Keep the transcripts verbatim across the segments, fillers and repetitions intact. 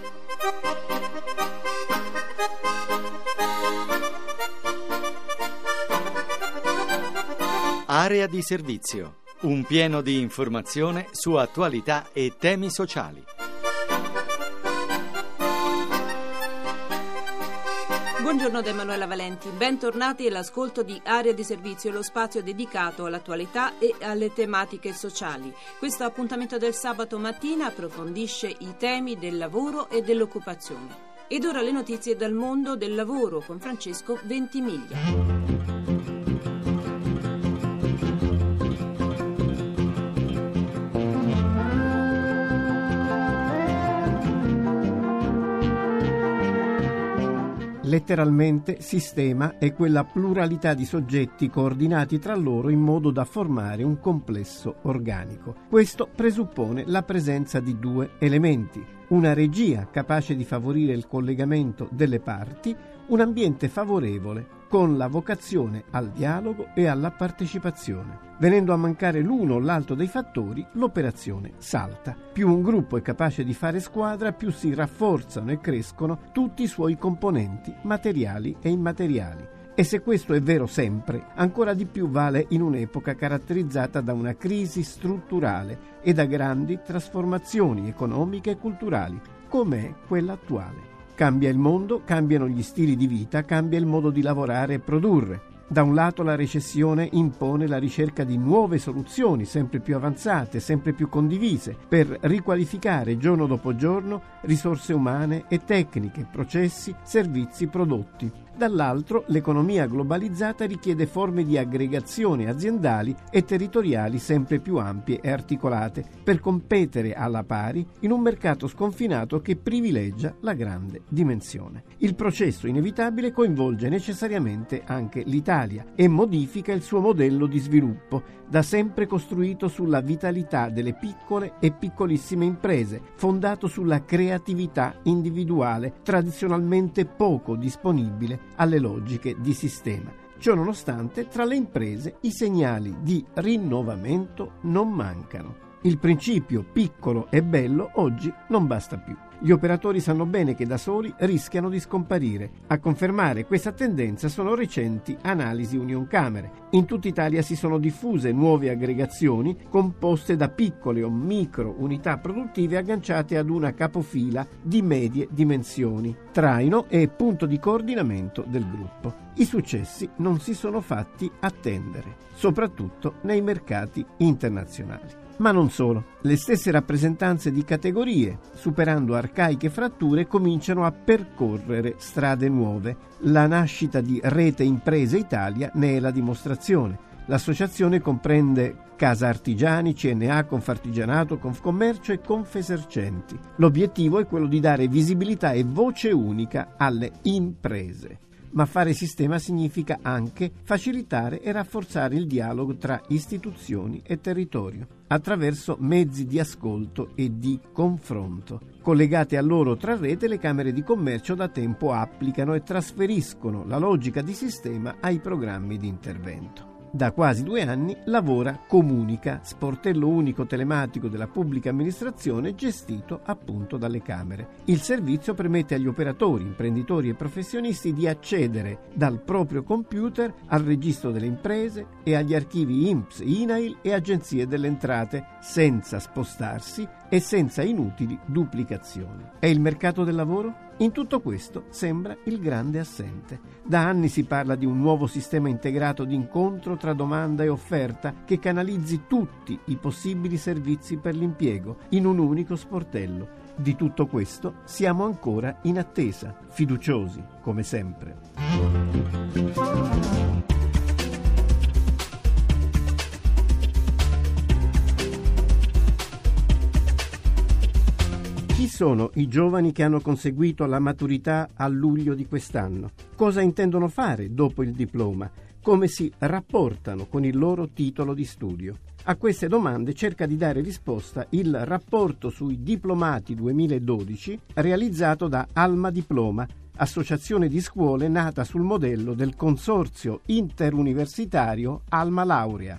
Area di servizio, un pieno di informazione su attualità e temi sociali. Buongiorno da Emanuela Valenti, bentornati all'ascolto di Area di Servizio, lo spazio dedicato all'attualità e alle tematiche sociali. Questo appuntamento del sabato mattina approfondisce i temi del lavoro e dell'occupazione. Ed ora le notizie dal mondo del lavoro con Francesco Ventimiglia. Letteralmente, sistema è quella pluralità di soggetti coordinati tra loro in modo da formare un complesso organico. Questo presuppone la presenza di due elementi: una regia capace di favorire il collegamento delle parti, un ambiente favorevole con la vocazione al dialogo e alla partecipazione. Venendo a mancare l'uno o l'altro dei fattori, l'operazione salta. Più un gruppo è capace di fare squadra, più si rafforzano e crescono tutti i suoi componenti, materiali e immateriali. E se questo è vero sempre, ancora di più vale in un'epoca caratterizzata da una crisi strutturale e da grandi trasformazioni economiche e culturali, com'è quella attuale. Cambia il mondo, cambiano gli stili di vita, cambia il modo di lavorare e produrre. Da un lato la recessione impone la ricerca di nuove soluzioni sempre più avanzate, sempre più condivise, per riqualificare giorno dopo giorno risorse umane e tecniche, processi, servizi, prodotti. Dall'altro l'economia globalizzata richiede forme di aggregazione aziendali e territoriali sempre più ampie e articolate per competere alla pari in un mercato sconfinato che privilegia la grande dimensione. Il processo inevitabile coinvolge necessariamente anche l'Italia e modifica il suo modello di sviluppo, da sempre costruito sulla vitalità delle piccole e piccolissime imprese, fondato sulla creatività individuale, tradizionalmente poco disponibile alle logiche di sistema. Ciononostante, tra le imprese i segnali di rinnovamento non mancano. Il principio piccolo e bello oggi non basta più. Gli operatori sanno bene che da soli rischiano di scomparire. A confermare questa tendenza sono recenti analisi Unioncamere. In tutta Italia si sono diffuse nuove aggregazioni composte da piccole o micro unità produttive agganciate ad una capofila di medie dimensioni, traino e punto di coordinamento del gruppo. I successi non si sono fatti attendere, soprattutto nei mercati internazionali. Ma non solo. Le stesse rappresentanze di categorie, superando arcaiche fratture, cominciano a percorrere strade nuove. La nascita di Rete Imprese Italia ne è la dimostrazione. L'associazione comprende Casa Artigiani, C N A, Confartigianato, Confcommercio e Confesercenti. L'obiettivo è quello di dare visibilità e voce unica alle imprese. Ma fare sistema significa anche facilitare e rafforzare il dialogo tra istituzioni e territorio, attraverso mezzi di ascolto e di confronto. Collegate a loro tra rete, le camere di commercio da tempo applicano e trasferiscono la logica di sistema ai programmi di intervento. Da quasi due anni lavora Comunica, sportello unico telematico della pubblica amministrazione gestito appunto dalle Camere. Il servizio permette agli operatori, imprenditori e professionisti di accedere dal proprio computer al registro delle imprese e agli archivi I N P S, I N A I L e agenzie delle entrate senza spostarsi e senza inutili duplicazioni. E il mercato del lavoro? In tutto questo sembra il grande assente. Da anni si parla di un nuovo sistema integrato di incontro tra domanda e offerta che canalizzi tutti i possibili servizi per l'impiego in un unico sportello. Di tutto questo siamo ancora in attesa, fiduciosi come sempre. Chi sono i giovani che hanno conseguito la maturità a luglio di quest'anno? Cosa intendono fare dopo il diploma? Come si rapportano con il loro titolo di studio? A queste domande cerca di dare risposta il rapporto sui diplomati duemiladodici realizzato da Alma Diploma, associazione di scuole nata sul modello del consorzio interuniversitario Alma Laurea.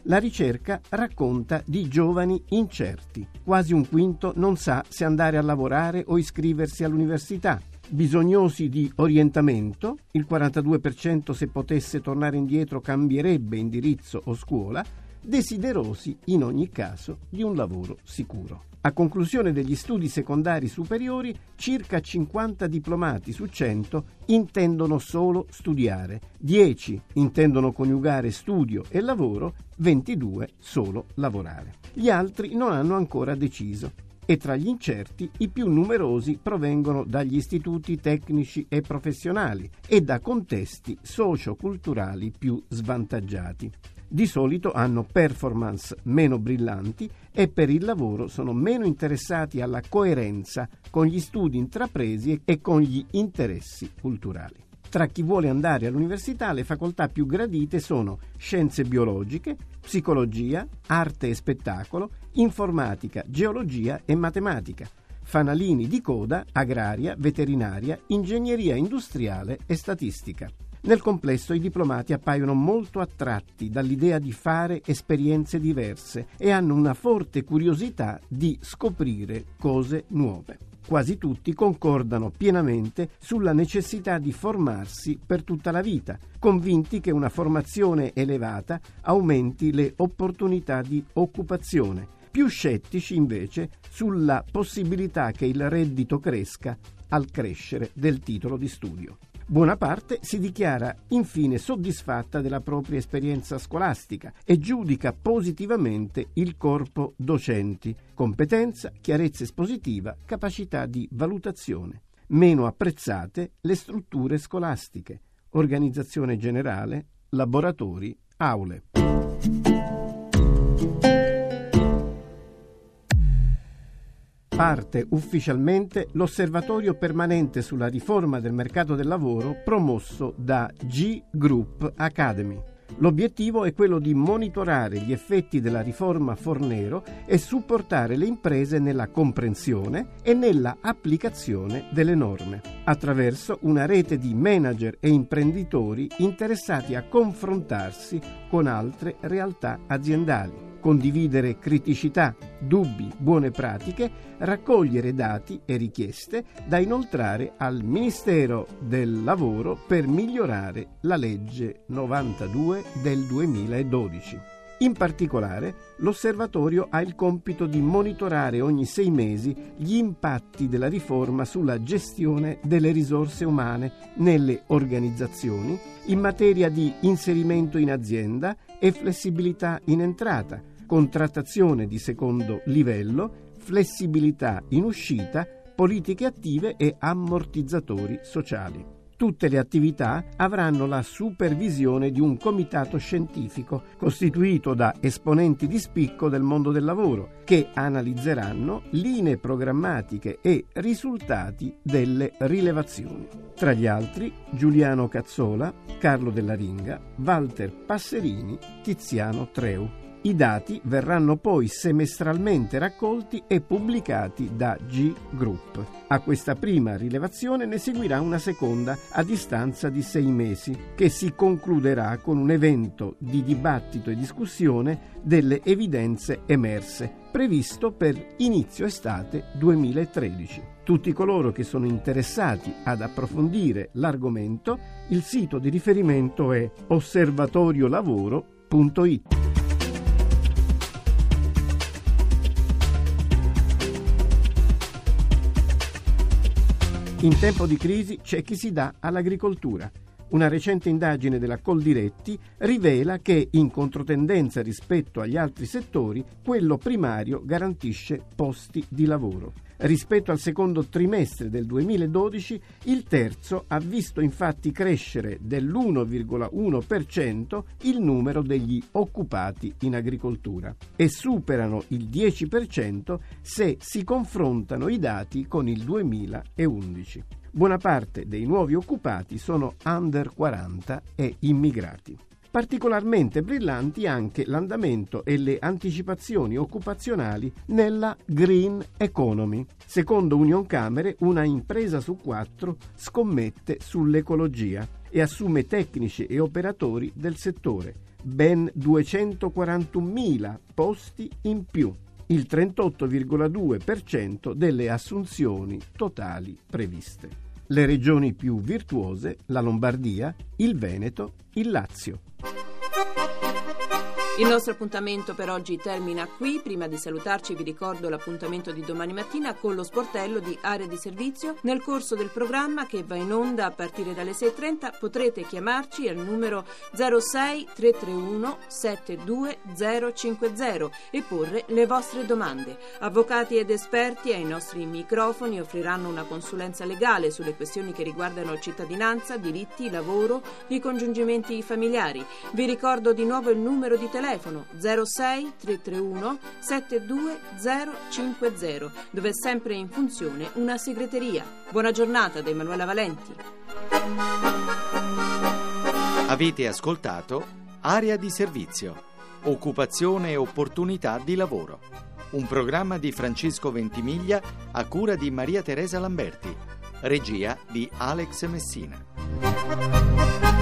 La ricerca racconta di giovani incerti. Quasi un quinto non sa se andare a lavorare o iscriversi all'università. Bisognosi di orientamento, il quarantadue per cento se potesse tornare indietro cambierebbe indirizzo o scuola, desiderosi in ogni caso di un lavoro sicuro. A conclusione degli studi secondari superiori, circa cinquanta diplomati su cento intendono solo studiare, dieci intendono coniugare studio e lavoro, ventidue solo lavorare. Gli altri non hanno ancora deciso. E tra gli incerti i più numerosi provengono dagli istituti tecnici e professionali e da contesti socio-culturali più svantaggiati. Di solito hanno performance meno brillanti e per il lavoro sono meno interessati alla coerenza con gli studi intrapresi e con gli interessi culturali. Tra chi vuole andare all'università, le facoltà più gradite sono scienze biologiche, psicologia, arte e spettacolo, informatica, geologia e matematica, fanalini di coda, agraria, veterinaria, ingegneria industriale e statistica. Nel complesso i diplomati appaiono molto attratti dall'idea di fare esperienze diverse e hanno una forte curiosità di scoprire cose nuove. Quasi tutti concordano pienamente sulla necessità di formarsi per tutta la vita, convinti che una formazione elevata aumenti le opportunità di occupazione. Più scettici invece sulla possibilità che il reddito cresca al crescere del titolo di studio. Buona parte si dichiara infine soddisfatta della propria esperienza scolastica e giudica positivamente il corpo docenti, competenza, chiarezza espositiva, capacità di valutazione. Meno apprezzate le strutture scolastiche, organizzazione generale, laboratori, aule. Parte ufficialmente l'Osservatorio permanente sulla riforma del mercato del lavoro promosso da G Group Academy. L'obiettivo è quello di monitorare gli effetti della riforma Fornero e supportare le imprese nella comprensione e nella applicazione delle norme, attraverso una rete di manager e imprenditori interessati a confrontarsi con altre realtà aziendali, condividere criticità, dubbi, buone pratiche, raccogliere dati e richieste da inoltrare al Ministero del Lavoro per migliorare la legge novantadue del duemiladodici. In particolare, l'osservatorio ha il compito di monitorare ogni sei mesi gli impatti della riforma sulla gestione delle risorse umane nelle organizzazioni in materia di inserimento in azienda e flessibilità in entrata, contrattazione di secondo livello, flessibilità in uscita, politiche attive e ammortizzatori sociali. Tutte le attività avranno la supervisione di un comitato scientifico costituito da esponenti di spicco del mondo del lavoro che analizzeranno linee programmatiche e risultati delle rilevazioni. Tra gli altri Giuliano Cazzola, Carlo Della Ringa, Walter Passerini, Tiziano Treu. I dati verranno poi semestralmente raccolti e pubblicati da G Group. A questa prima rilevazione ne seguirà una seconda a distanza di sei mesi, che si concluderà con un evento di dibattito e discussione delle evidenze emerse, previsto per inizio estate duemilatredici. Tutti coloro che sono interessati ad approfondire l'argomento, il sito di riferimento è osservatorio lavoro punto it. In tempo di crisi c'è chi si dà all'agricoltura. Una recente indagine della Coldiretti rivela che, in controtendenza rispetto agli altri settori, quello primario garantisce posti di lavoro. Rispetto al secondo trimestre del duemiladodici, il terzo ha visto infatti crescere dell'uno virgola uno per cento il numero degli occupati in agricoltura e superano il dieci per cento se si confrontano i dati con il duemilaundici. Buona parte dei nuovi occupati sono under quaranta e immigrati. Particolarmente brillanti anche l'andamento e le anticipazioni occupazionali nella green economy. Secondo Unioncamere, una impresa su quattro scommette sull'ecologia e assume tecnici e operatori del settore, ben duecentoquarantunomila posti in più, il trentotto virgola due per cento delle assunzioni totali previste. Le regioni più virtuose, la Lombardia, il Veneto, il Lazio. Il nostro appuntamento per oggi termina qui. Prima di salutarci vi ricordo l'appuntamento di domani mattina con lo sportello di Area di Servizio. Nel corso del programma, che va in onda a partire dalle sei e trenta, potrete chiamarci al numero zero sei tre tre uno sette due zero cinque zero e porre le vostre domande. Avvocati ed esperti ai nostri microfoni offriranno una consulenza legale sulle questioni che riguardano cittadinanza, diritti, lavoro, ricongiungimenti familiari. Vi ricordo di nuovo il numero di telefono zero sei tre tre uno sette due zero cinque zero, dove è sempre in funzione una segreteria. Buona giornata da Emanuela Valenti. Avete ascoltato Area di Servizio, occupazione e opportunità di lavoro. Un programma di Francesco Ventimiglia a cura di Maria Teresa Lamberti, regia di Alex Messina.